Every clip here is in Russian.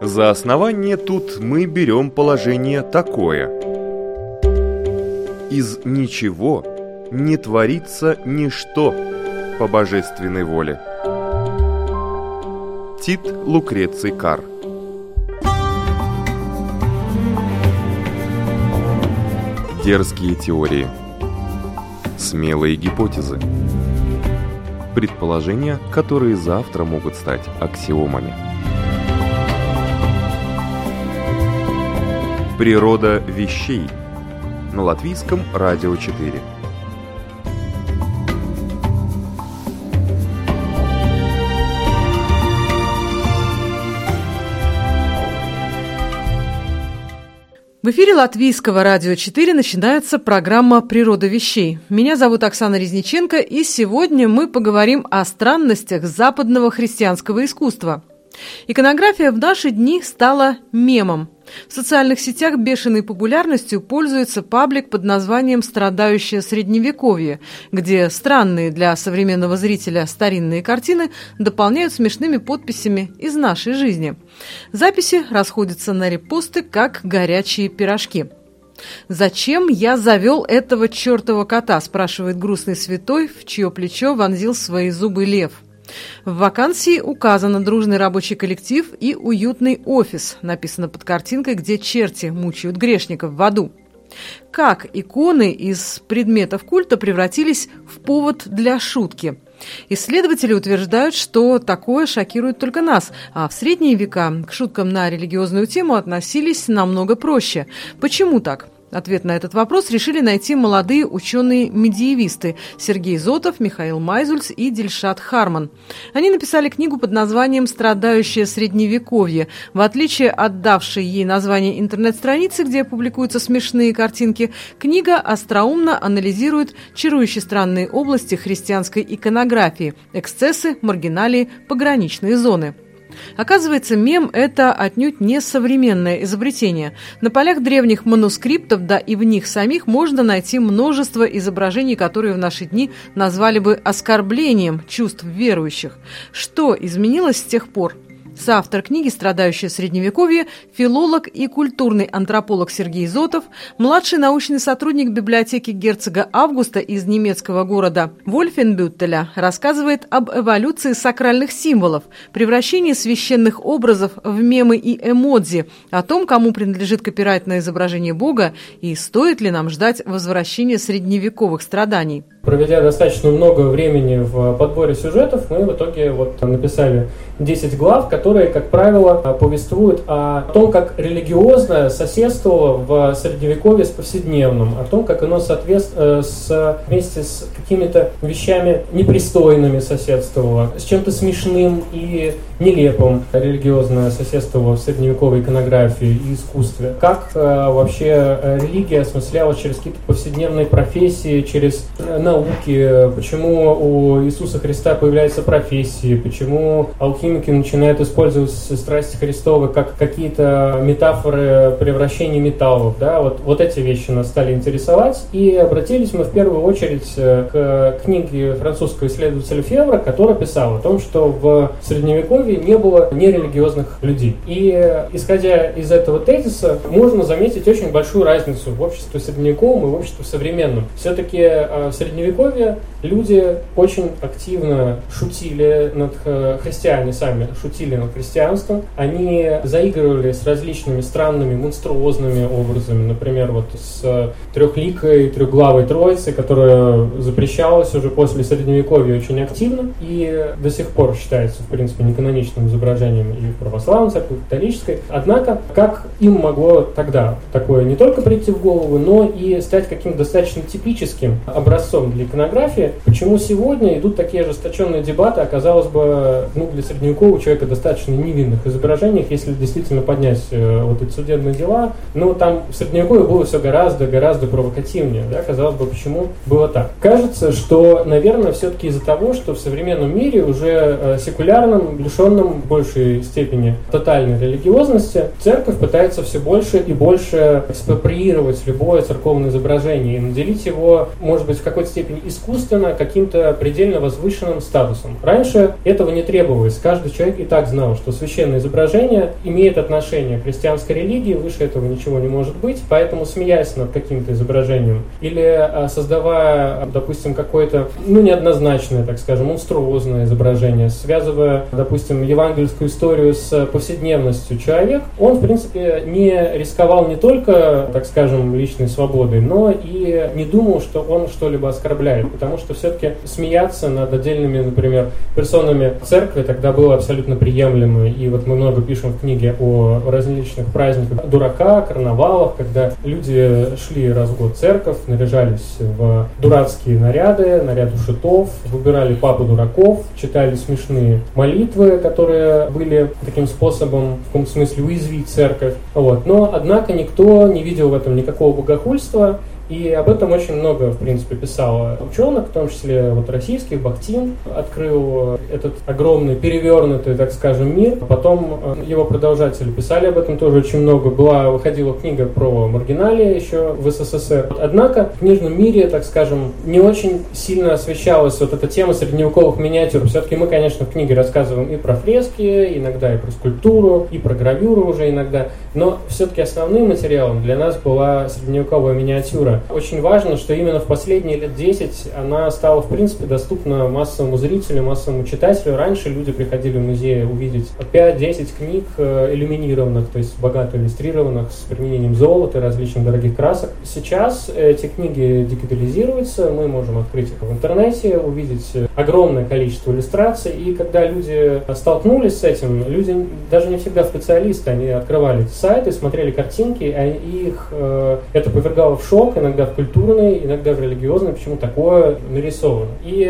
За основание тут мы берем положение такое: из ничего не творится ничто по божественной воле. Тит Лукреций Кар. Дерзкие теории, смелые гипотезы, предположения, которые завтра могут стать аксиомами. Природа вещей на Латвийском радио 4. В эфире Латвийского радио 4 начинается программа «Природа вещей». Меня зовут Оксана Резниченко, и сегодня мы поговорим о странностях западного христианского искусства. Иконография в наши дни стала мемом. В социальных сетях бешеной популярностью пользуется паблик под названием «Страдающее Средневековье», где странные для современного зрителя старинные картины дополняют смешными подписями из нашей жизни. Записи расходятся на репосты, как горячие пирожки. «Зачем я завел этого чертова кота?» – спрашивает грустный святой, в чье плечо вонзил свои зубы лев. В вакансии указано дружный рабочий коллектив и уютный офис, написано под картинкой, где черти мучают грешников в аду. Как иконы из предметов культа превратились в повод для шутки? Исследователи утверждают, что такое шокирует только нас, а в средние века к шуткам на религиозную тему относились намного проще. Почему так? Ответ на этот вопрос решили найти молодые ученые-медиевисты Сергей Зотов, Михаил Майзульц и Дильшат Харман. Они написали книгу под названием «Страдающее Средневековье». В отличие от давшей ей название интернет-страницы, где публикуются смешные картинки, книга остроумно анализирует чарующие странные области христианской иконографии – эксцессы, маргиналии, пограничные зоны. Оказывается, мем – это отнюдь не современное изобретение. На полях древних манускриптов, да и в них самих, можно найти множество изображений, которые в наши дни назвали бы оскорблением чувств верующих. Что изменилось с тех пор? Соавтор книги «Страдающее Средневековье», филолог и культурный антрополог Сергей Зотов, младший научный сотрудник библиотеки герцога Августа из немецкого города Вольфенбюттеля, рассказывает об эволюции сакральных символов, превращении священных образов в мемы и эмодзи, о том, кому принадлежит копирайт на изображение Бога и стоит ли нам ждать возвращения средневековых страданий. Проведя достаточно много времени в подборе сюжетов, мы в итоге написали 10 глав, которые, как правило, повествуют о том, как религиозное соседствовало в Средневековье с повседневным, о том, как оно вместе с какими-то вещами непристойными соседствовало, с чем-то смешным и нелепым религиозное соседствовало в средневековой иконографии и искусстве. Как вообще религия осмыслялась через какие-то повседневные профессии, через науки, почему у Иисуса Христа появляются профессии, почему алхимики начинают использовать страсти Христовы как какие-то метафоры превращения металлов. Да? Вот эти вещи нас стали интересовать, и обратились мы в первую очередь к книге французского исследователя Февра, который писал о том, что в Средневековье не было нерелигиозных людей. И исходя из этого тезиса, можно заметить очень большую разницу в обществе средневековом и в обществе современном. Все-таки в Средневековье люди очень активно шутили над христиане сами, шутили над христианством. Они заигрывали с различными странными, монструозными образами. Например, с трехликой, трехглавой троицей, которая запрещалась уже после Средневековья очень активно и до сих пор считается, в принципе, неканоничным изображением и в православной церкви, и в католической. Однако, как им могло тогда такое не только прийти в голову, но и стать каким-то достаточно типическим образцом для иконографии? Почему сегодня идут такие ожесточенные дебаты, казалось бы, для средневекового человека достаточно невинных изображениях, если действительно поднять эти судебные дела, там в Средневековье было все гораздо провокативнее, да, казалось бы, почему было так. Кажется, что, наверное, все-таки из-за того, что в современном мире уже секулярном, лишенном в большей степени тотальной религиозности, церковь пытается все больше и больше экспроприировать любое церковное изображение и наделить его, может быть, в какой-то степени искусственно, обусловлено каким-то предельно возвышенным статусом. Раньше этого не требовалось. Каждый человек и так знал, что священное изображение имеет отношение к христианской религии, выше этого ничего не может быть. Поэтому, смеясь над каким-то изображением или создавая, допустим, какое-то, неоднозначное, так скажем, монструозное изображение, связывая, допустим, евангельскую историю с повседневностью, человек, он, в принципе, не рисковал не только, так скажем, личной свободой, но и не думал, что он что-либо оскорбляет, потому что все-таки смеяться над отдельными, например, персонами церкви тогда было абсолютно приемлемо, и вот мы много пишем в книге о различных праздниках дурака, карнавалах, когда люди шли раз в год в церковь, наряжались в дурацкие наряды, наряды шутов, выбирали папу дураков, читали смешные молитвы, которые были таким способом, в каком смысле, уязвить церковь. Но, однако, никто не видел в этом никакого богохульства, и об этом очень много, в принципе, писало ученых, в том числе российских. Бахтин открыл этот огромный, перевернутый, так скажем, мир. Потом его продолжатели писали об этом тоже очень много. Выходила книга про маргиналия еще в СССР. Однако в книжном мире, так скажем, не очень сильно освещалась вот эта тема средневековых миниатюр. Все-таки мы, конечно, в книге рассказываем и про фрески, иногда и про скульптуру, и про гравюру уже иногда. Но все-таки основным материалом для нас была средневековая миниатюра. Очень важно, что именно в последние лет 10 она стала, в принципе, доступна массовому зрителю, массовому читателю. Раньше люди приходили в музей увидеть 5-10 книг иллюминированных, то есть богато иллюстрированных, с применением золота и различных дорогих красок. Сейчас эти книги дигитализируются, мы можем открыть их в интернете, увидеть огромное количество иллюстраций. И когда люди столкнулись с этим, люди даже не всегда специалисты, они открывали эти сайты, смотрели картинки, и их это повергало в шок, иногда в культурный, иногда в религиозный, почему такое нарисовано. И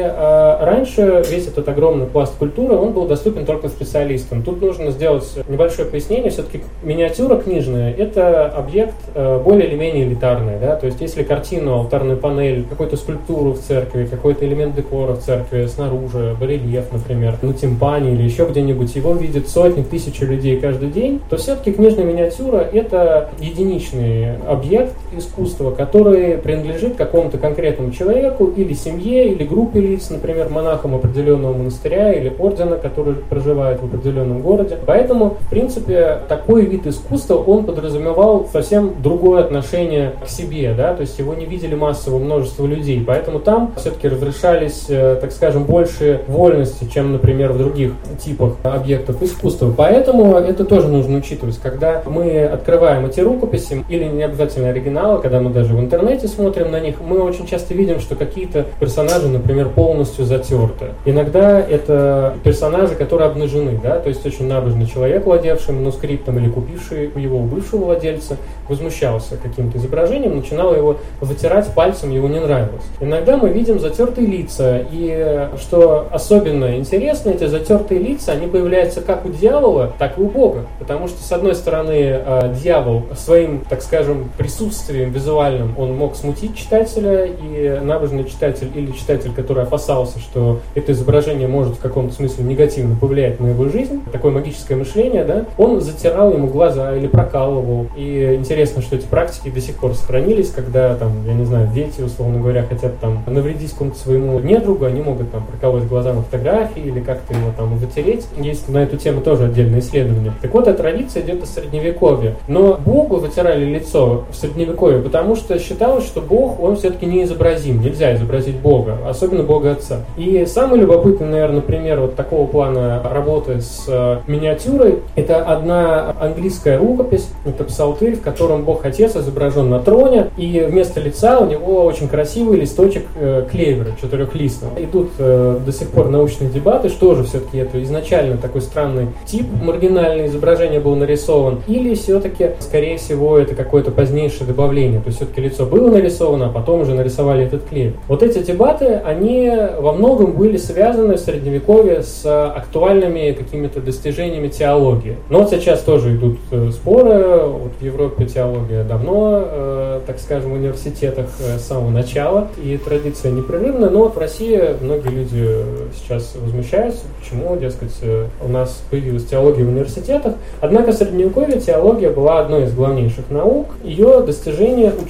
раньше весь этот огромный пласт культуры, он был доступен только специалистам. Тут нужно сделать небольшое пояснение. Все-таки миниатюра книжная – это объект более или менее элитарный. Да? То есть если картину, алтарную панель, какую-то скульптуру в церкви, какой-то элемент декора в церкви снаружи, барельеф, например, на тимпане или еще где-нибудь, его видят сотни, тысячи людей каждый день, то все-таки книжная миниатюра – это единичный объект искусства, который принадлежит какому-то конкретному человеку или семье, или группе лиц, например, монахам определенного монастыря или ордена, который проживает в определенном городе. Поэтому, в принципе, такой вид искусства, он подразумевал совсем другое отношение к себе, да, то есть его не видели массовое множество людей, поэтому там все-таки разрешались, так скажем, больше вольности, чем, например, в других типах объектов искусства. Поэтому это тоже нужно учитывать, когда мы открываем эти рукописи, или не обязательно оригиналы, когда мы даже в интернете смотрим на них, мы очень часто видим, что какие-то персонажи, например, полностью затерты. Иногда это персонажи, которые обнажены, да, то есть очень набожный человек, владевший манускриптом или купивший его у бывшего владельца, возмущался каким-то изображением, начинал его вытирать пальцем, ему не нравилось. Иногда мы видим затертые лица, и что особенно интересно, эти затертые лица, они появляются как у дьявола, так и у Бога, потому что, с одной стороны, дьявол своим, так скажем, присутствием визуальным, он мог смутить читателя, и набожный читатель или читатель, который опасался, что это изображение может в каком-то смысле негативно повлиять на его жизнь, такое магическое мышление, да, он затирал ему глаза или прокалывал. И интересно, что эти практики до сих пор сохранились, когда, там, я не знаю, дети, условно говоря, хотят там навредить какому-то своему недругу, они могут там проколоть глаза на фотографии или как-то его там затереть. Есть на эту тему тоже отдельное исследование. Так вот, эта традиция идет из Средневековья. Но Богу затирали лицо в Средневековье, потому что считалось, что Бог, он все-таки неизобразим, нельзя изобразить Бога, особенно Бога Отца. И самый любопытный, наверное, пример вот такого плана работы с миниатюрой, это одна английская рукопись, это псалтырь, в котором Бог Отец изображен на троне, и вместо лица у него очень красивый листочек клевера, четырехлистного. Идут до сих пор научные дебаты, что же все-таки это изначально такой странный тип, маргинальное изображение был нарисован, или все-таки, скорее всего, это какое-то позднейшее добавление, то есть все-таки лицо было нарисовано, а потом уже нарисовали этот клевер. Вот эти дебаты, они во многом были связаны в Средневековье с актуальными какими-то достижениями теологии. Но вот сейчас тоже идут споры, вот в Европе теология давно, так скажем, в университетах с самого начала, и традиция непрерывна, но вот в России многие люди сейчас возмущаются, почему, дескать, у нас появилась теология в университетах. Однако в Средневековье теология была одной из главнейших наук, ее достижения учитывались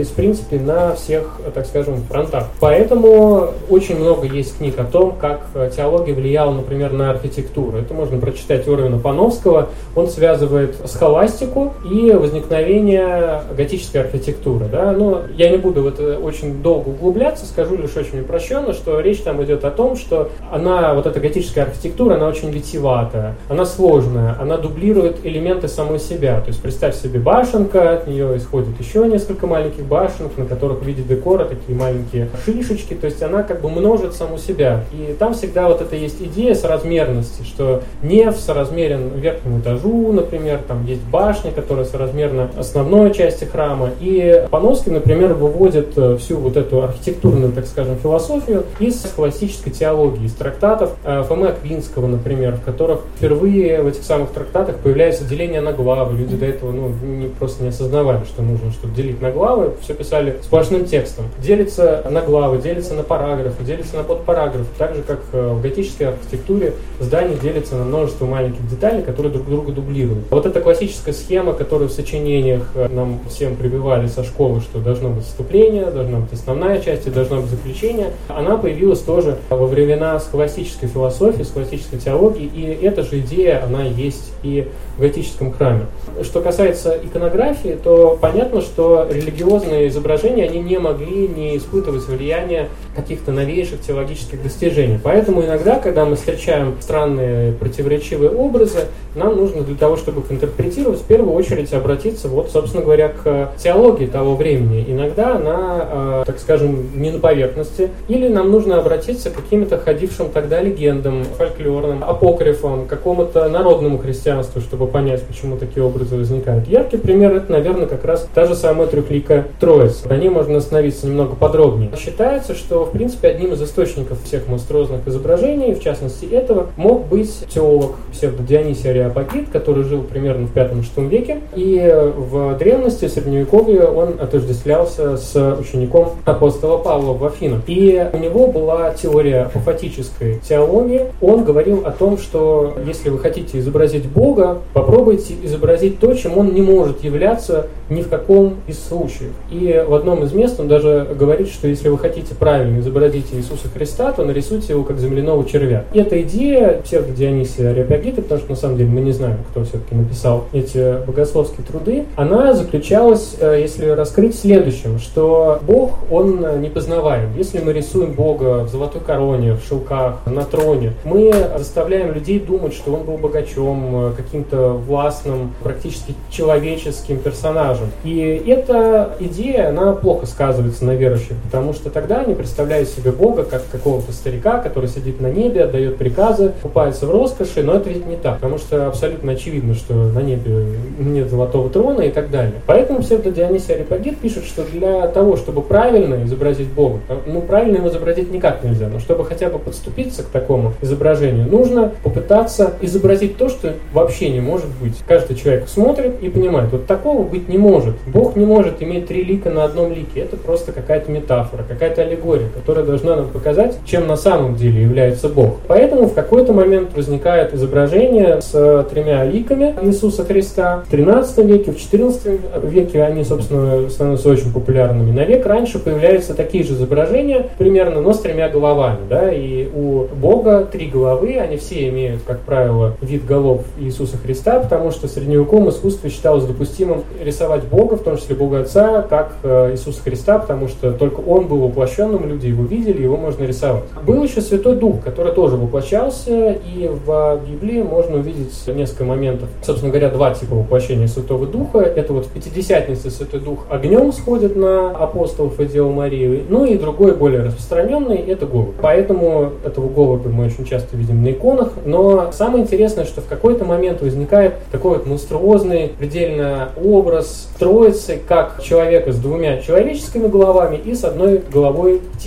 использовались, в принципе, на всех, так скажем, фронтах. Поэтому очень много есть книг о том, как теология влияла, например, на архитектуру. Это можно прочитать у Эрвина Пановского. Он связывает схоластику и возникновение готической архитектуры. Да? Но я не буду в это очень долго углубляться, скажу лишь очень упрощенно, что речь там идет о том, что вот эта готическая архитектура, она очень витиеватая, она сложная, она дублирует элементы самой себя. То есть представь себе башенка, от нее исходит еще несколько маленьких башенок, на которых в виде декора такие маленькие шишечки, то есть она как бы множит саму себя. И там всегда вот это есть идея соразмерности, что неф соразмерен верхнему этажу, например, там есть башня, которая соразмерна основной части храма. И Пановский, например, выводит всю вот эту архитектурную, так скажем, философию из классической теологии, из трактатов Фомы Аквинского, например, в которых впервые в этих самых трактатах появляется деление на главы. Люди до этого просто не осознавали, что нужно что-то делить на главы, все писали сплошным текстом. Делится на главы, делится на параграфы, делится на подпараграфы, так же, как в готической архитектуре здание делится на множество маленьких деталей, которые друг друга дублируют. Вот эта классическая схема, которую в сочинениях нам всем прививали со школы, что должно быть вступление, должна быть основная часть и должно быть заключение, она появилась тоже во времена схоластической философии, схоластической теологии, и эта же идея, она есть и в готическом храме. Что касается иконографии, то понятно, что религиозные изображения, они не могли не испытывать влияние каких-то новейших теологических достижений. Поэтому иногда, когда мы встречаем странные противоречивые образы, нам нужно для того, чтобы их интерпретировать, в первую очередь обратиться, собственно говоря, к теологии того времени. Иногда она, так скажем, не на поверхности, или нам нужно обратиться к каким-то ходившим тогда легендам, фольклорным, апокрифам, какому-то народному христианству, чтобы понять, почему такие образы возникают. Яркий пример — это, наверное, как раз та же самая трехликая Троица. На ней можно остановиться немного подробнее. Считается, что, в принципе, одним из источников всех монструозных изображений, в частности этого, мог быть теолог псевдо-Дионисий Ареопагит, который жил примерно в V-VI веке, и в древности, в Средневековье, он отождествлялся с учеником апостола Павла в Афинах. И у него была теория апофатической теологии. Он говорил о том, что если вы хотите изобразить Бога, попробуйте изобразить то, чем он не может являться ни в каком из случаев. И в одном из мест он даже говорит, что если вы хотите правильно изобразить Иисуса Христа, то нарисуйте его как земляного червя. И эта идея псевдо-Дионисия Ареопагита, потому что на самом деле мы не знаем, кто все-таки написал эти богословские труды, она заключалась, если раскрыть, в следующем, что Бог, он непознаваем. Если мы рисуем Бога в золотой короне, в шелках, на троне, мы заставляем людей думать, что он был богачом, каким-то властным, практически человеческим персонажем. И эта идея, она плохо сказывается на верующих, потому что тогда они представляют себе Бога как какого-то старика, который сидит на небе, отдает приказы, купается в роскоши, но это ведь не так, потому что абсолютно очевидно, что на небе нет золотого трона и так далее. Поэтому псевдо-Дионисий Ареопагит пишет, что для того, чтобы правильно изобразить Бога, правильно его изобразить никак нельзя, но чтобы хотя бы подступиться к такому изображению, нужно попытаться изобразить то, что вообще не может быть. Каждый человек смотрит и понимает, вот такого быть не может. Бог не может иметь три лика на одном лике. Это просто какая-то метафора, какая-то аллегория, которая должна нам показать, чем на самом деле является Бог. Поэтому в какой-то момент возникает изображение с тремя ликами Иисуса Христа. В XIII веке, в XIV веке они, собственно, становятся очень популярными. На век раньше появляются такие же изображения, примерно, но с тремя головами. Да? И у Бога три головы, они все имеют, как правило, вид голов Иисуса Христа, потому что в средневековом искусстве считалось допустимым рисовать Бога, в том числе Бога Отца, как Иисуса Христа, потому что только Он был воплощенным, люди его видели, его можно рисовать. Был еще Святой Дух, который тоже воплощался, и в Библии можно увидеть несколько моментов. Собственно говоря, два типа воплощения Святого Духа. Это вот в Пятидесятнице Святой Дух огнем сходит на апостолов и Деву Марию, ну и другой, более распространенный, это голубь. Поэтому этого голубя мы очень часто видим на иконах, но самое интересное, что в какой-то момент возникает такой вот монструозный предельно образ Троицы, как человека с двумя человеческими головами и с одной головой птицы.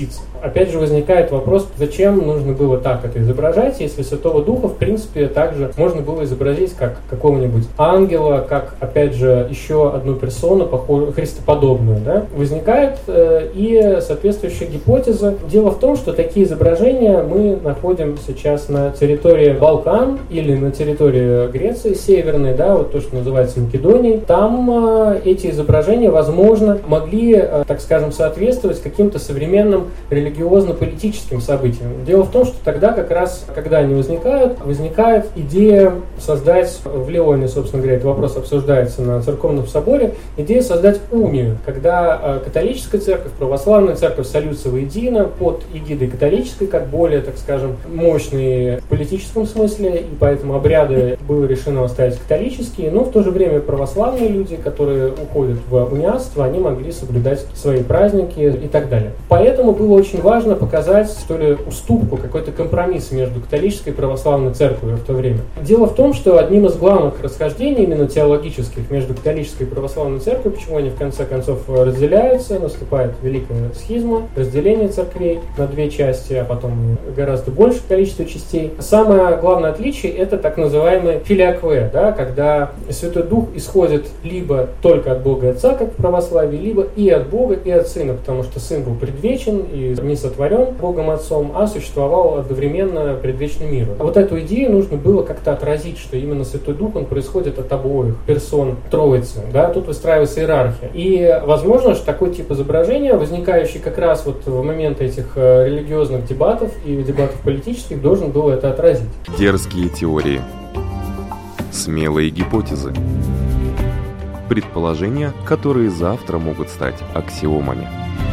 опять же возникает вопрос, зачем нужно было так это изображать, если Святого Духа, в принципе, также можно было изобразить как какого-нибудь ангела, как, опять же, еще одну персону, похожую, христоподобную. Да? Возникает и соответствующая гипотеза. Дело в том, что такие изображения мы находим сейчас на территории Балкан или на территории Греции северной, да, вот то, что называется Македонией. Там эти изображения, возможно, могли, так скажем, соответствовать каким-то современным религиозно-политическим событиям. Дело в том, что тогда как раз, когда они возникает идея создать, в Лионе, собственно говоря, этот вопрос обсуждается на церковном соборе, идея создать унию, когда католическая церковь, православная церковь сольются воедино под эгидой католической, как более, так скажем, мощные в политическом смысле, и поэтому обряды было решено оставить католические, но в то же время православные люди, которые уходят в униатство, они могли соблюдать свои праздники и так далее. Поэтому было очень важно показать, что ли, уступку, какой-то компромисс между католической и православной церковью в то время. Дело в том, что одним из главных расхождений, именно теологических, между католической и православной церковью, почему они в конце концов разделяются, наступает великая схизма, разделение церквей на две части, а потом гораздо большее количество частей. Самое главное отличие — это так называемый филиакве, да, когда Святой Дух исходит либо только от Бога Отца, как в православии, либо и от Бога, и от Сына, потому что Сын был предвечен и не сотворен Богом Отцом, а существовал одновременно предвечный мир. А вот эту идею нужно было как-то отразить, что именно Святой Дух, он происходит от обоих персон Троицы, да, тут выстраивается иерархия. И возможно, что такой тип изображения, возникающий как раз вот в момент этих религиозных дебатов и дебатов политических, должен был это отразить. Дерзкие теории. Смелые гипотезы. Предположения, которые завтра могут стать аксиомами.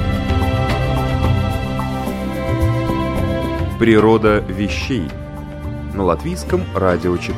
Природа вещей. На Латвийском радио 4.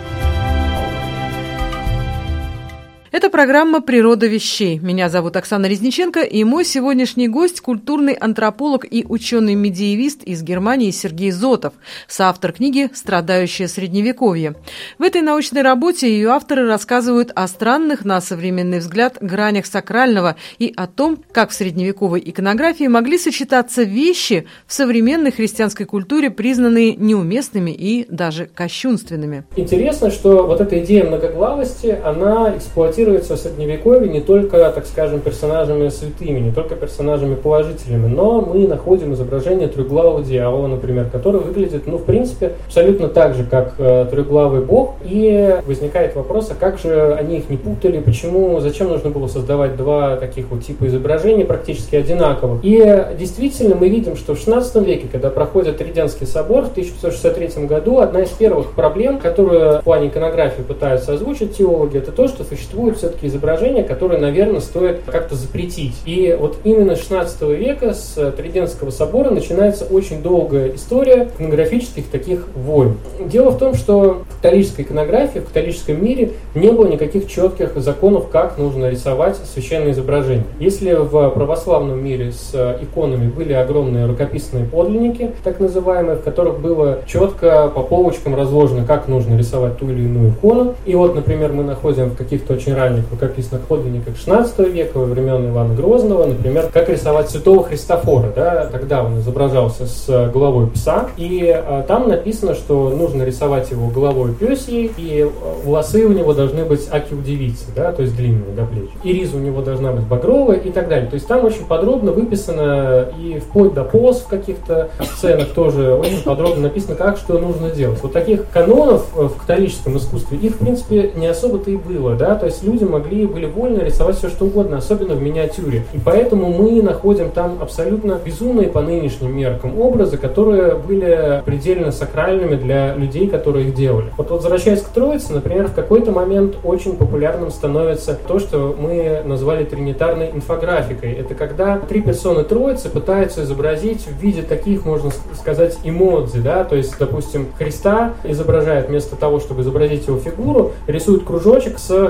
Это программа «Природа вещей». Меня зовут Оксана Резниченко, и мой сегодняшний гость – культурный антрополог и ученый-медиевист из Германии Сергей Зотов, соавтор книги «Страдающее Средневековье». В этой научной работе ее авторы рассказывают о странных, на современный взгляд, гранях сакрального и о том, как в средневековой иконографии могли сочетаться вещи в современной христианской культуре, признанные неуместными и даже кощунственными. Интересно, что вот эта идея многоглавости, она эксплуатируется в Средневековье не только, так скажем, персонажами святыми, не только персонажами положительными, но мы находим изображение трехглавого дьявола, например, который выглядит, в принципе, абсолютно так же, как трехглавый бог, и возникает вопрос, а как же они их не путали, почему, зачем нужно было создавать два таких вот типа изображений, практически одинаковых. И действительно мы видим, что в XVI веке, когда проходит Триденский собор в 1563 году, одна из первых проблем, которую в плане иконографии пытаются озвучить теологи, это то, что существует все-таки изображения, которые, наверное, стоит как-то запретить. И вот именно с XVI века, с Триденского собора, начинается очень долгая история иконографических таких войн. Дело в том, что в католической иконографии, в католическом мире не было никаких четких законов, как нужно рисовать священные изображения. Если в православном мире с иконами были огромные рукописные подлинники, так называемые, в которых было четко по полочкам разложено, как нужно рисовать ту или иную икону. И вот, например, мы находим в каких-то очень ранних рукописных подлинниках XVI века, во времен Ивана Грозного, например, как рисовать святого Христофора. Да? Тогда он изображался с головой пса, и там написано, что нужно рисовать его головой пёсьей, и волосы у него должны быть аки у девицы, да? То есть длинные до плеч. И риза у него должна быть багровая и так далее. То есть там очень подробно выписано, и вплоть до поз в каких-то сценах тоже очень подробно написано, как что нужно делать. Вот таких канонов в католическом искусстве, их, в принципе, не особо-то и было, да, то есть люди были вольны рисовать все, что угодно, особенно в миниатюре. И поэтому мы находим там абсолютно безумные по нынешним меркам образы, которые были предельно сакральными для людей, которые их делали. Вот возвращаясь к Троице, например, в какой-то момент очень популярным становится то, что мы назвали тринитарной инфографикой. Это когда три персоны Троицы пытаются изобразить в виде таких, можно сказать, эмодзи, да, то есть, допустим, Христа изображает вместо того, чтобы изобразить его фигуру, рисует кружочек с крестом.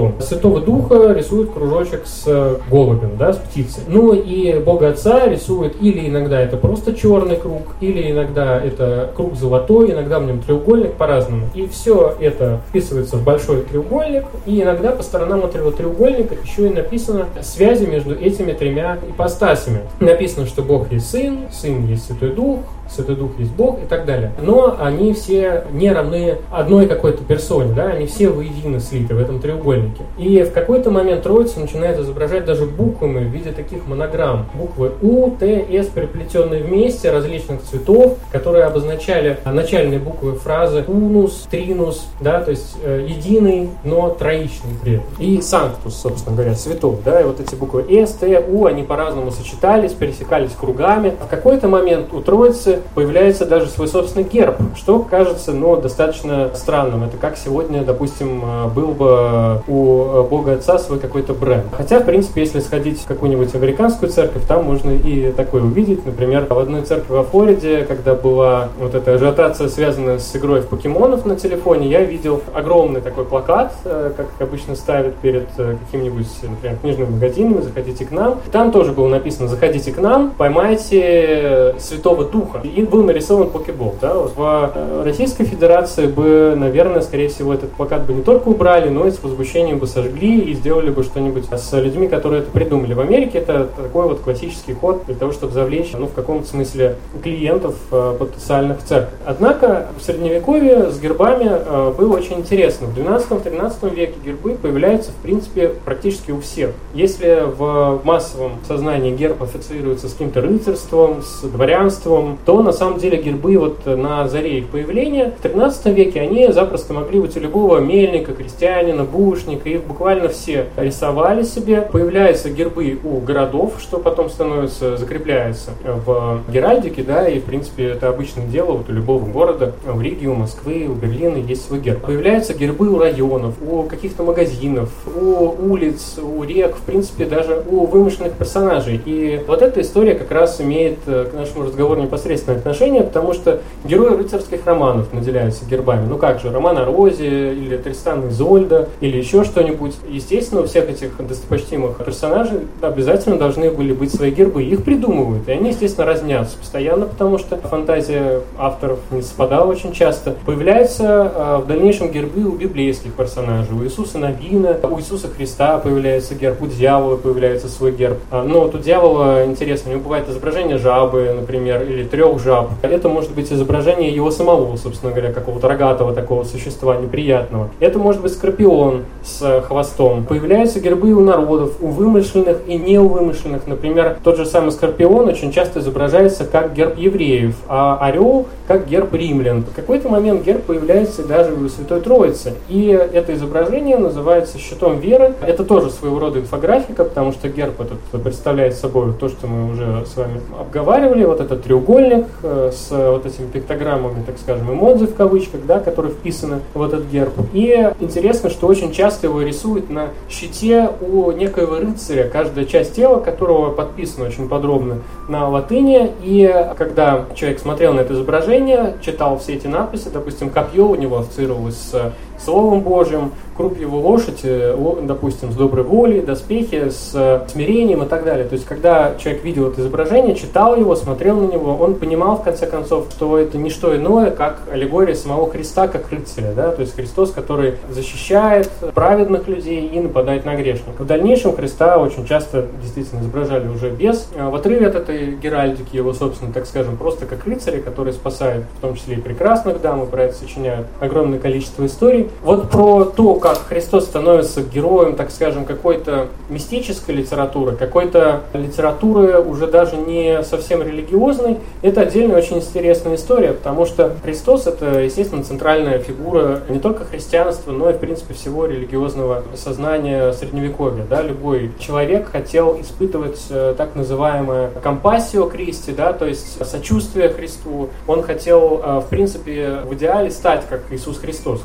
Христом. Святого Духа рисует кружочек с голубем, да, с птицей. Ну и Бога Отца рисует или иногда это просто черный круг, или иногда это круг золотой, иногда в нем треугольник, по-разному. И все это вписывается в большой треугольник, и иногда по сторонам этого треугольника еще и написано связи между этими тремя ипостасями. Написано, что Бог есть Сын, Сын есть Святой Дух есть Бог и так далее. Но они все не равны одной какой-то персоне, да, они все воедино слиты в этом треугольнике. И в какой-то момент Троица начинает изображать даже буквами в виде таких монограмм. Буквы У, Т, С, переплетенные вместе, различных цветов, которые обозначали начальные буквы фразы «унус», «тринус», да, то есть единый, но троичный при этом. И «санктус», собственно говоря, цветов, да, и вот эти буквы С, Т, У, они по-разному сочетались, пересекались кругами. В какой-то момент у Троицы появляется даже свой собственный герб, что кажется, достаточно странным. Это как сегодня, допустим, был бы у Бога Отца свой какой-то бренд. Хотя, в принципе, если сходить в какую-нибудь американскую церковь, там можно и такое увидеть. Например, в одной церкви во Флориде, когда была вот эта ажиотация, связанная с игрой в покемонов на телефоне, я видел огромный такой плакат, как обычно ставят перед какими-нибудь, например, книжными магазинами: «Заходите к нам». Там тоже было написано: «Заходите к нам, поймайте Святого Духа». И был нарисован покебол. Да? Вот в Российской Федерации бы, наверное, скорее всего, этот плакат бы не только убрали, но и с возмущением бы сожгли и сделали бы что-нибудь с людьми, которые это придумали. В Америке это такой вот классический ход для того, чтобы завлечь, в каком-то смысле, клиентов потенциальных в церковь. Однако в Средневековье с гербами было очень интересно. В 12-13 веке гербы появляются, в принципе, практически у всех. Если в массовом сознании герб ассоциируется с каким-то рыцарством, с дворянством, то на самом деле гербы вот на заре их появления в 13 веке они запросто могли быть у любого мельника, крестьянина, булочника, их буквально все рисовали себе. Появляются гербы у городов, что потом закрепляется в геральдике, да, и в принципе это обычное дело вот у любого города, у Риги, у Москвы, у Берлина есть свой герб. Появляются гербы у районов, у каких-то магазинов, у улиц, у рек, в принципе даже у вымышленных персонажей. И вот эта история как раз имеет к нашему разговору непосредственное отношение, потому что герои рыцарских романов наделяются гербами. Ну как же, роман о Розе, или Тристан и Изольда, или еще что-нибудь. Естественно, у всех этих достопочтимых персонажей обязательно должны были быть свои гербы. Их придумывают, и они, естественно, разнятся постоянно, потому что фантазия авторов не совпадала очень часто. Появляются в дальнейшем гербы у библейских персонажей. У Иисуса Навина, у Иисуса Христа появляется герб, у дьявола появляется свой герб. Но вот у дьявола, интересно, у него бывает изображение жабы, например, или 3 жаб. Это может быть изображение его самого, собственно говоря, какого-то рогатого такого существа неприятного. Это может быть скорпион с хвостом. Появляются гербы у народов, у вымышленных и неувымышленных. Например, тот же самый скорпион очень часто изображается как герб евреев, а орел как герб римлян. В какой-то момент герб появляется даже у Святой Троицы. И это изображение называется щитом веры. Это тоже своего рода инфографика, потому что герб этот представляет собой то, что мы уже с вами обговаривали. Вот этот треугольник с вот этими пиктограммами, так скажем, эмодзи в кавычках, да, которые вписаны в этот герб. И интересно, что очень часто его рисуют на щите у некоего рыцаря, каждая часть тела которого подписана очень подробно на латыни. И когда человек смотрел на это изображение, читал все эти надписи, допустим, копье у него ассоциировалось с Словом Божьим, круп его лошади, допустим, с доброй волей, доспехи с смирением и так далее. То есть, когда человек видел это изображение, читал его, смотрел на него, он понимал, в конце концов, что это не что иное, как аллегория самого Христа, как рыцаря, да? То есть, Христос, который защищает праведных людей и нападает на грешников. В дальнейшем Христа очень часто действительно изображали уже в отрыве от этой геральдики его, собственно, так скажем, просто как рыцаря, который спасает, в том числе и прекрасных дам, и про это сочиняют огромное количество историй. Вот про то, как Христос становится героем, так скажем, какой-то мистической литературы, какой-то литературы уже даже не совсем религиозной, это отдельная очень интересная история, потому что Христос — это, естественно, центральная фигура не только христианства, но и, в принципе, всего религиозного сознания Средневековья. Да? Любой человек хотел испытывать так называемое компассио Кристи, да, то есть сочувствие Христу. Он хотел, в принципе, в идеале стать как Иисус Христос. В католической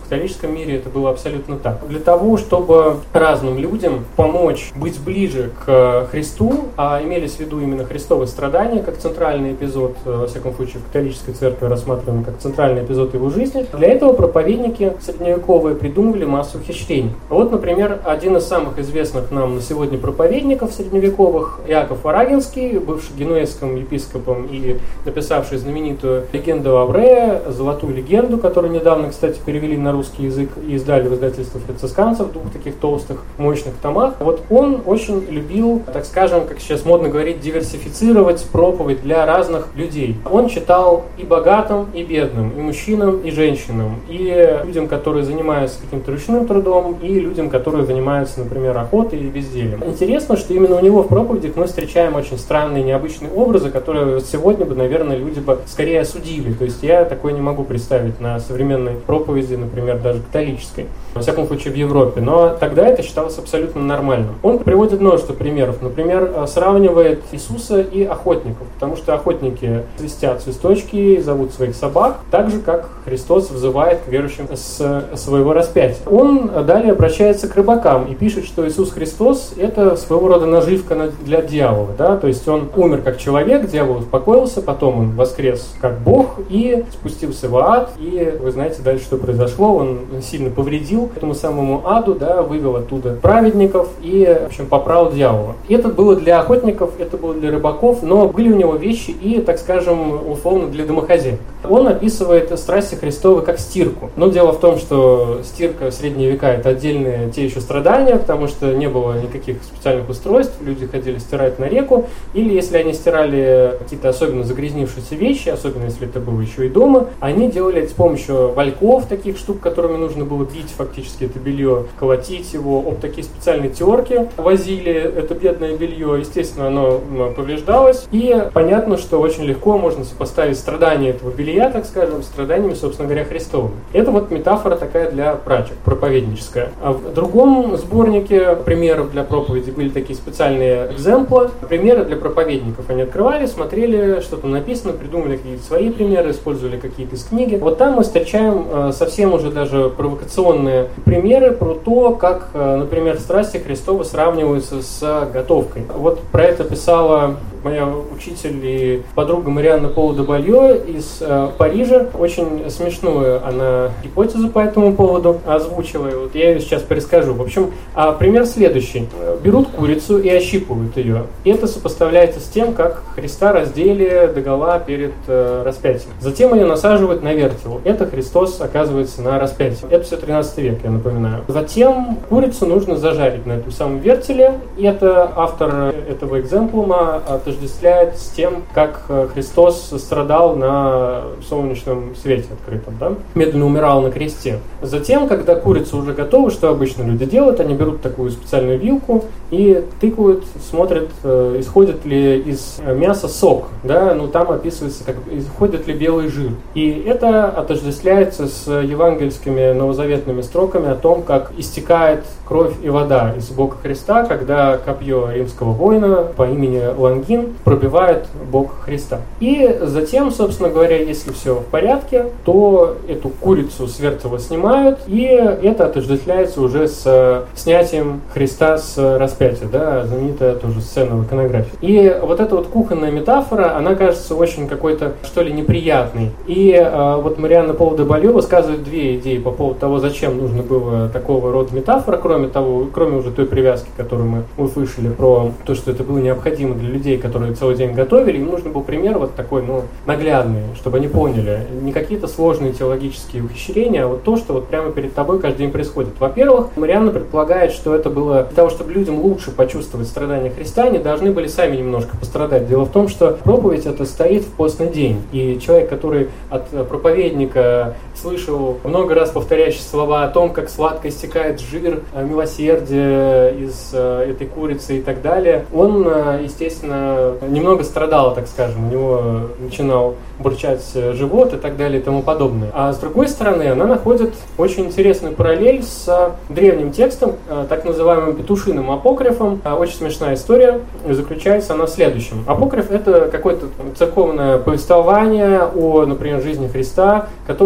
нашем мире это было абсолютно так. Для того, чтобы разным людям помочь быть ближе к Христу, а имелись в виду именно Христовы страдания, как центральный эпизод, во всяком случае, в католической церкви рассматриваем как центральный эпизод его жизни, для этого проповедники средневековые придумывали массу ухищрений. Вот, например, один из самых известных нам на сегодня проповедников средневековых, Иаков Варагинский, бывший генуэзским епископом и написавший знаменитую «Легенду Аврея», «Золотую легенду», которую недавно, кстати, перевели на русский язык и издали в издательстве францисканцев в двух таких толстых, мощных томах. Вот он очень любил, так скажем, как сейчас модно говорить, диверсифицировать проповедь для разных людей. Он читал и богатым, и бедным, и мужчинам, и женщинам, и людям, которые занимаются каким-то ручным трудом, и людям, которые занимаются, например, охотой и бездельем. Интересно, что именно у него в проповедях мы встречаем очень странные, необычные образы, которые сегодня бы, наверное, люди бы скорее осудили. То есть я такое не могу представить на современной проповеди, например, даже католической, во всяком случае в Европе. Но тогда это считалось абсолютно нормальным. Он приводит множество примеров. Например, сравнивает Иисуса и охотников, потому что охотники свистят свисточки, зовут своих собак, так же, как Христос взывает к верующим с своего распятия. Он далее обращается к рыбакам и пишет, что Иисус Христос – это своего рода наживка для дьявола. Да? То есть он умер как человек, дьявол успокоился, потом он воскрес как Бог и спустился в ад. И вы знаете дальше, что произошло. Он сильно повредил этому самому аду, да, вывел оттуда праведников и, в общем, поправил дьявола. И это было для охотников, это было для рыбаков, но были у него вещи и, так скажем, условно для домохозяек. Он описывает страсти Христовы как стирку. Но дело в том, что стирка в средние века – это отдельные те еще страдания, потому что не было никаких специальных устройств, люди ходили стирать на реку, или если они стирали какие-то особенно загрязнившиеся вещи, особенно если это было еще и дома, они делали это с помощью вальков, таких штук, которыми нужно было бить фактически это белье, колотить его, об такие специальные терки возили это бедное белье, естественно, оно повреждалось, и понятно, что очень легко можно сопоставить страдания этого белья, так скажем, с страданиями, собственно говоря, Христовыми. Это вот метафора такая для прачек, проповедническая. А в другом сборнике примеров для проповеди были такие специальные экземплы, примеры для проповедников. Они открывали, смотрели, что там написано, придумали какие-то свои примеры, использовали какие-то из книги. Вот там мы встречаем совсем уже даже провокационные примеры про то, как, например, страсти Христовы сравниваются с готовкой. Вот про это писала моя учитель и подруга Марианна Пола де Балье из Парижа. Очень смешную она гипотезу по этому поводу озвучила. Вот я ее сейчас перескажу. В общем, пример следующий. Берут курицу и ощипывают ее. И это сопоставляется с тем, как Христа раздели догола перед распятием. Затем ее насаживают на вертел. Это Христос оказывается на распятии. Это все 13 век, я напоминаю. Затем курицу нужно зажарить на этом самом вертеле. И это автор этого экземплума отождествляет с тем, как Христос страдал на солнечном свете открытом, да? Медленно умирал на кресте. Затем, когда курица уже готова, что обычно люди делают, они берут такую специальную вилку и тыкают, смотрят, исходит ли из мяса сок, да? Ну там описывается, как исходит ли белый жир. И это отождествляется с евангельскими новозаветными строками о том, как истекает кровь и вода из бока Христа, когда копье римского воина по имени Лангин пробивает бок Христа. И затем, собственно говоря, если все в порядке, то эту курицу с вертела снимают, и это отождествляется уже с снятием Христа с распятия, да, знаменитая тоже сцена в иконографии. И вот эта вот кухонная метафора, она кажется очень какой-то, что ли, неприятной. И вот Марианна Пола де Балье высказывает две идеи по поводу того, зачем нужно было такого рода метафора, кроме уже той привязки, которую мы услышали про то, что это было необходимо для людей, которые целый день готовили. Им нужен был пример вот такой, наглядный, чтобы они поняли. Не какие-то сложные теологические ухищрения, а вот то, что вот прямо перед тобой каждый день происходит. Во-первых, Марианна предполагает, что это было для того, чтобы людям лучше почувствовать страдания Христа, они должны были сами немножко пострадать. Дело в том, что проповедь это стоит в постный день. И человек, который от проповедника слышал много раз повторяющие слова о том, как сладко истекает жир, милосердие из этой курицы и так далее, он, естественно, немного страдал, так скажем, у него начинал бурчать живот и так далее и тому подобное. А с другой стороны, она находит очень интересную параллель с древним текстом, так называемым петушиным апокрифом. Очень смешная история, заключается она в следующем. Апокриф — это какое-то церковное повествование о, например, жизни Христа, которое не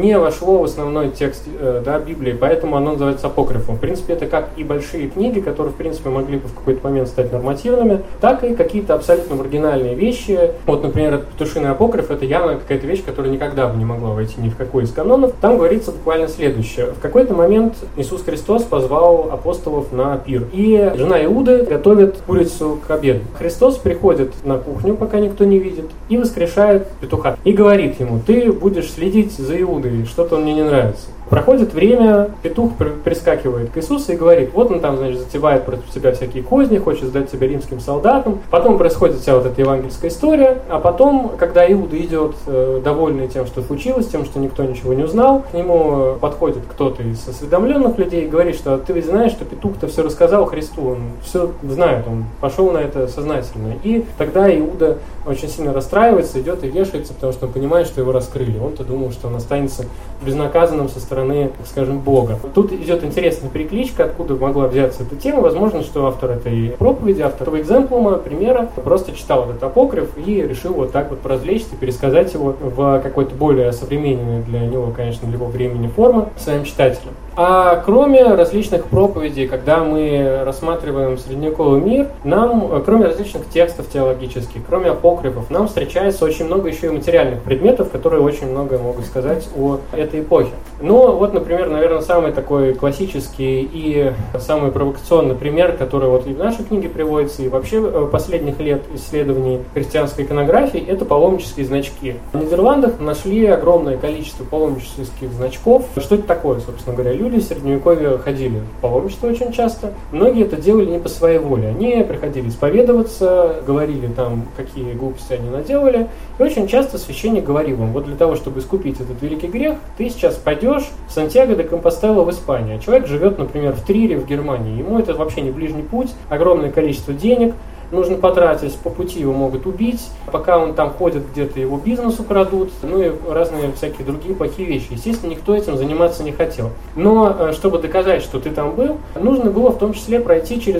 не вошло в основной текст Библии, поэтому оно называется апокрифом. В принципе, это как и большие книги, которые, в принципе, могли бы в какой-то момент стать нормативными, так и какие-то абсолютно маргинальные вещи. Вот, например, петушиный апокриф — это явно какая-то вещь, которая никогда бы не могла войти ни в какой из канонов. Там говорится буквально следующее. В какой-то момент Иисус Христос позвал апостолов на пир, и жена Иуды готовит курицу к обеду. Христос приходит на кухню, пока никто не видит, и воскрешает петуха. И говорит ему: ты будешь следить за Иудой, что-то он мне не нравится. Проходит время, петух прискакивает к Иисусу и говорит: вот он там, значит, затевает против себя всякие козни, хочет сдать себя римским солдатам. Потом происходит вся вот эта евангельская история, а потом, когда Иуда идет, довольный тем, что случилось, тем, что никто ничего не узнал, к нему подходит кто-то из осведомленных людей и говорит, что ты ведь знаешь, что петух-то все рассказал Христу, он все знает, он пошел на это сознательно. И тогда Иуда очень сильно расстраивается, идет и вешается, потому что он понимает, что его раскрыли. Он-то думал, что он останется безнаказанным со стороны, скажем, Бога. Тут идет интересная перекличка, откуда могла взяться эта тема. Возможно, что автор этой проповеди, автор этого экземплума, примера, просто читал этот апокриф и решил вот так вот поразвлечься и пересказать его в какой-то более современной для него, конечно, для его времени формы своим читателям. А кроме различных проповедей, когда мы рассматриваем средневековый мир, нам, кроме различных текстов теологических, кроме апокрифов, нам встречается очень много еще и материальных предметов, которые очень многое могут сказать о этой эпохе. Ну, вот, например, наверное, самый такой классический и самый провокационный пример, который вот и в нашей книге приводится, и вообще последних лет исследований христианской иконографии, это паломнические значки. В Нидерландах нашли огромное количество паломнических значков. Что это такое, собственно говоря? Люди в Средневековье ходили в паломничество очень часто. Многие это делали не по своей воле. Они приходили исповедоваться, говорили там, какие глупости они наделали. И очень часто священник говорил им: вот для того, чтобы искупить этот великий грех, ты сейчас пойдешь в Сантьяго де Компостела в Испанию. А человек живет, например, в Трире в Германии. Ему это вообще не ближний путь, огромное количество денег нужно потратить, по пути его могут убить, пока он там ходит, где-то его бизнес украдут, ну и разные всякие другие плохие вещи. Естественно, никто этим заниматься не хотел. Но чтобы доказать, что ты там был, нужно было в том числе пройти через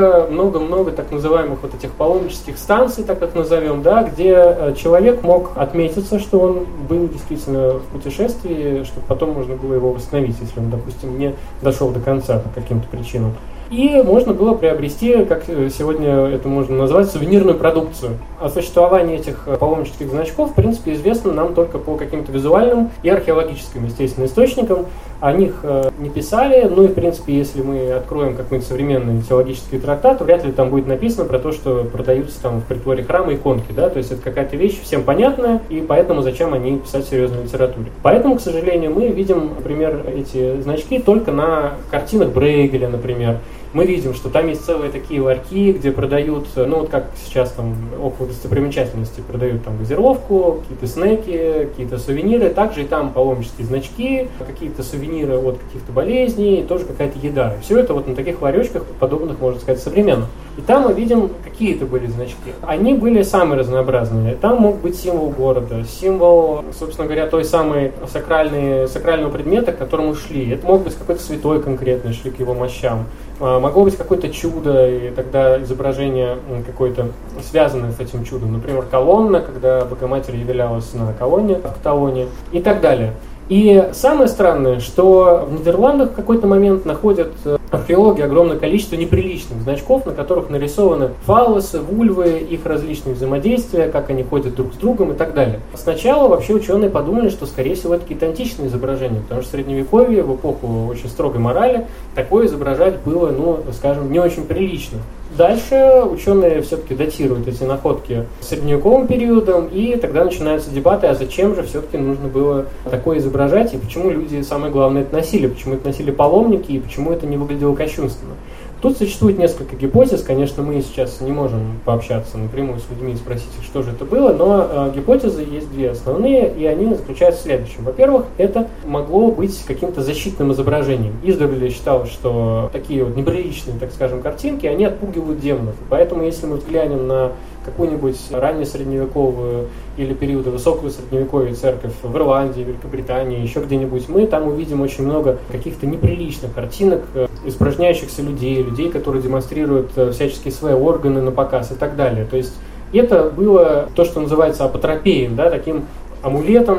много так называемых вот этих паломнических станций, так как назовем, да, где человек мог отметиться, что он был действительно в путешествии, чтобы потом можно было его восстановить, если он, допустим, не дошел до конца по каким-то причинам. И можно было приобрести, как сегодня это можно назвать, сувенирную продукцию. О существовании этих паломнических значков, в принципе, известно нам только по каким-то визуальным и археологическим, естественно, источникам. О них не писали, ну и, в принципе, если мы откроем какой-нибудь современный теологический трактат, вряд ли там будет написано про то, что продаются там в притворе храма иконки, да, то есть это какая-то вещь всем понятная, и поэтому зачем они писать в серьезной литературе. Поэтому, к сожалению, мы видим, например, эти значки только на картинах Брейгеля, например. Мы видим, что там есть целые такие ларьки, где продают, ну вот как сейчас там около достопримечательностей продают там газировку, какие-то снеки, какие-то сувениры, также и там паломнические значки, какие-то сувениры от каких-то болезней, и тоже какая-то еда. Все это вот на таких ларечках, подобных, можно сказать, современных. И там мы видим, какие это были значки. Они были самые разнообразные. Там мог быть символ города, символ, собственно говоря, той самой сакрального предмета, к которому шли. Это мог быть какой-то святой конкретный, шли к его мощам. Могло быть какое-то чудо, и тогда изображение какое-то связанное с этим чудом. Например, колонна, когда Богоматерь являлась на колонне в Каталонии и так далее. И самое странное, что в Нидерландах в какой-то момент находят археологи огромное количество неприличных значков, на которых нарисованы фаллосы, вульвы, их различные взаимодействия, как они ходят друг с другом и так далее. Сначала вообще ученые подумали, что, скорее всего, это какие-то античные изображения, потому что в Средневековье, в эпоху очень строгой морали, такое изображать было, ну, скажем, не очень прилично. Дальше ученые все-таки датируют эти находки средневековым периодом, и тогда начинаются дебаты, а зачем же все-таки нужно было такое изображать, и почему люди, самое главное, это носили, почему это носили паломники, и почему это не выглядело кощунственно. Тут существует несколько гипотез, конечно, мы сейчас не можем пообщаться напрямую с людьми и спросить их, что же это было, но гипотезы есть две основные, и они заключаются в следующем. Во-первых, это могло быть каким-то защитным изображением. Издревле считалось, что такие вот неприличные, так скажем, картинки, они отпугивают демонов. И поэтому, если мы взглянем на какую-нибудь раннесредневековую или периода высокого средневековья церковь в Ирландии, Великобритании, еще где-нибудь, мы там увидим очень много каких-то неприличных картинок, испражняющихся людей, которые демонстрируют всяческие свои органы на показ и так далее. То есть это было то, что называется апотропеем, да, таким амулетом,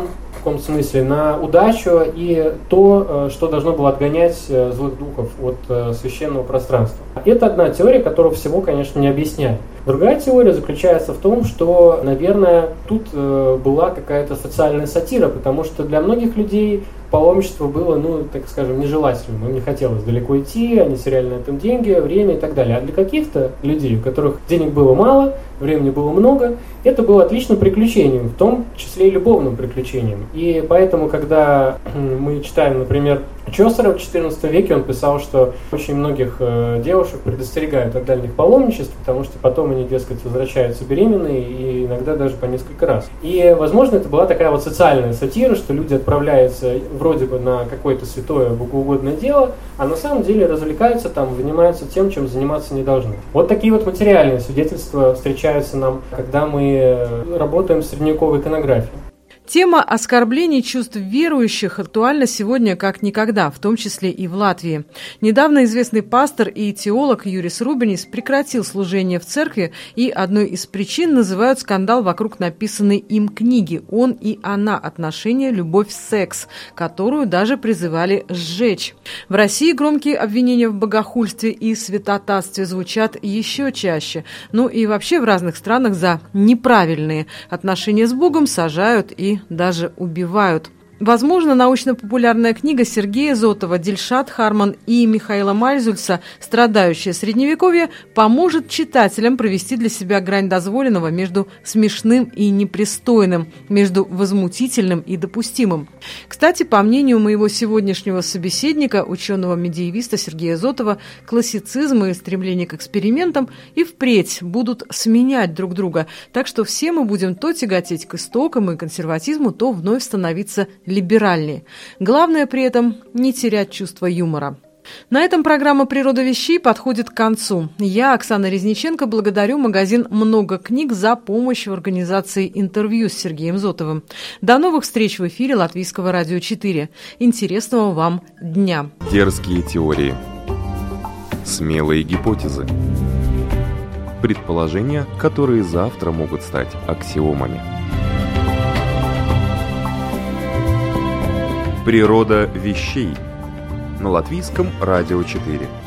каком-то смысле на удачу и то, что должно было отгонять злых духов от священного пространства. Это одна теория, которую всего, конечно, не объясняет. Другая теория заключается в том, что, наверное, тут была какая-то социальная сатира, потому что для многих людей паломничество было, так скажем, нежелательным. Им не хотелось далеко идти, они теряли на этом деньги, время и так далее. А для каких-то людей, у которых денег было мало, времени было много, это было отличным приключением, в том числе и любовным приключением. И поэтому, когда мы читаем, например, Чосера в XIV веке, он писал, что очень многих девушек предостерегают от дальних паломничеств, потому что потом они, дескать, возвращаются беременные и иногда даже по несколько раз. И, возможно, это была такая вот социальная сатира, что люди отправляются вроде бы на какое-то святое богоугодное дело, а на самом деле развлекаются там, занимаются тем, чем заниматься не должны. Вот такие вот материальные свидетельства встречаются нам, когда мы работаем в средневековой иконографии. Тема оскорблений чувств верующих актуальна сегодня как никогда, в том числе и в Латвии. Недавно известный пастор и теолог Юрис Рубинис прекратил служение в церкви, и одной из причин называют скандал вокруг написанной им книги «Он и она. Отношения, любовь, секс», которую даже призывали сжечь. В России громкие обвинения в богохульстве и святотатстве звучат еще чаще. Ну и вообще в разных странах за неправильные отношения с Богом сажают и даже убивают. Возможно, научно-популярная книга Сергея Зотова, Дильшат Харман и Михаила Мальзульса «Страдающее средневековье» поможет читателям провести для себя грань дозволенного между смешным и непристойным, между возмутительным и допустимым. Кстати, по мнению моего сегодняшнего собеседника, ученого-медиевиста Сергея Зотова, классицизм и стремление к экспериментам и впредь будут сменять друг друга, так что все мы будем то тяготеть к истокам и консерватизму, то вновь становиться либеральнее. Главное при этом не терять чувство юмора. На этом программа «Природа вещей» подходит к концу. Я, Оксана Резниченко, благодарю магазин «Много книг» за помощь в организации интервью с Сергеем Зотовым. До новых встреч в эфире Латвийского радио 4. Интересного вам дня. Дерзкие теории. Смелые гипотезы. Предположения, которые завтра могут стать аксиомами. «Природа вещей» на Латвийском радио 4.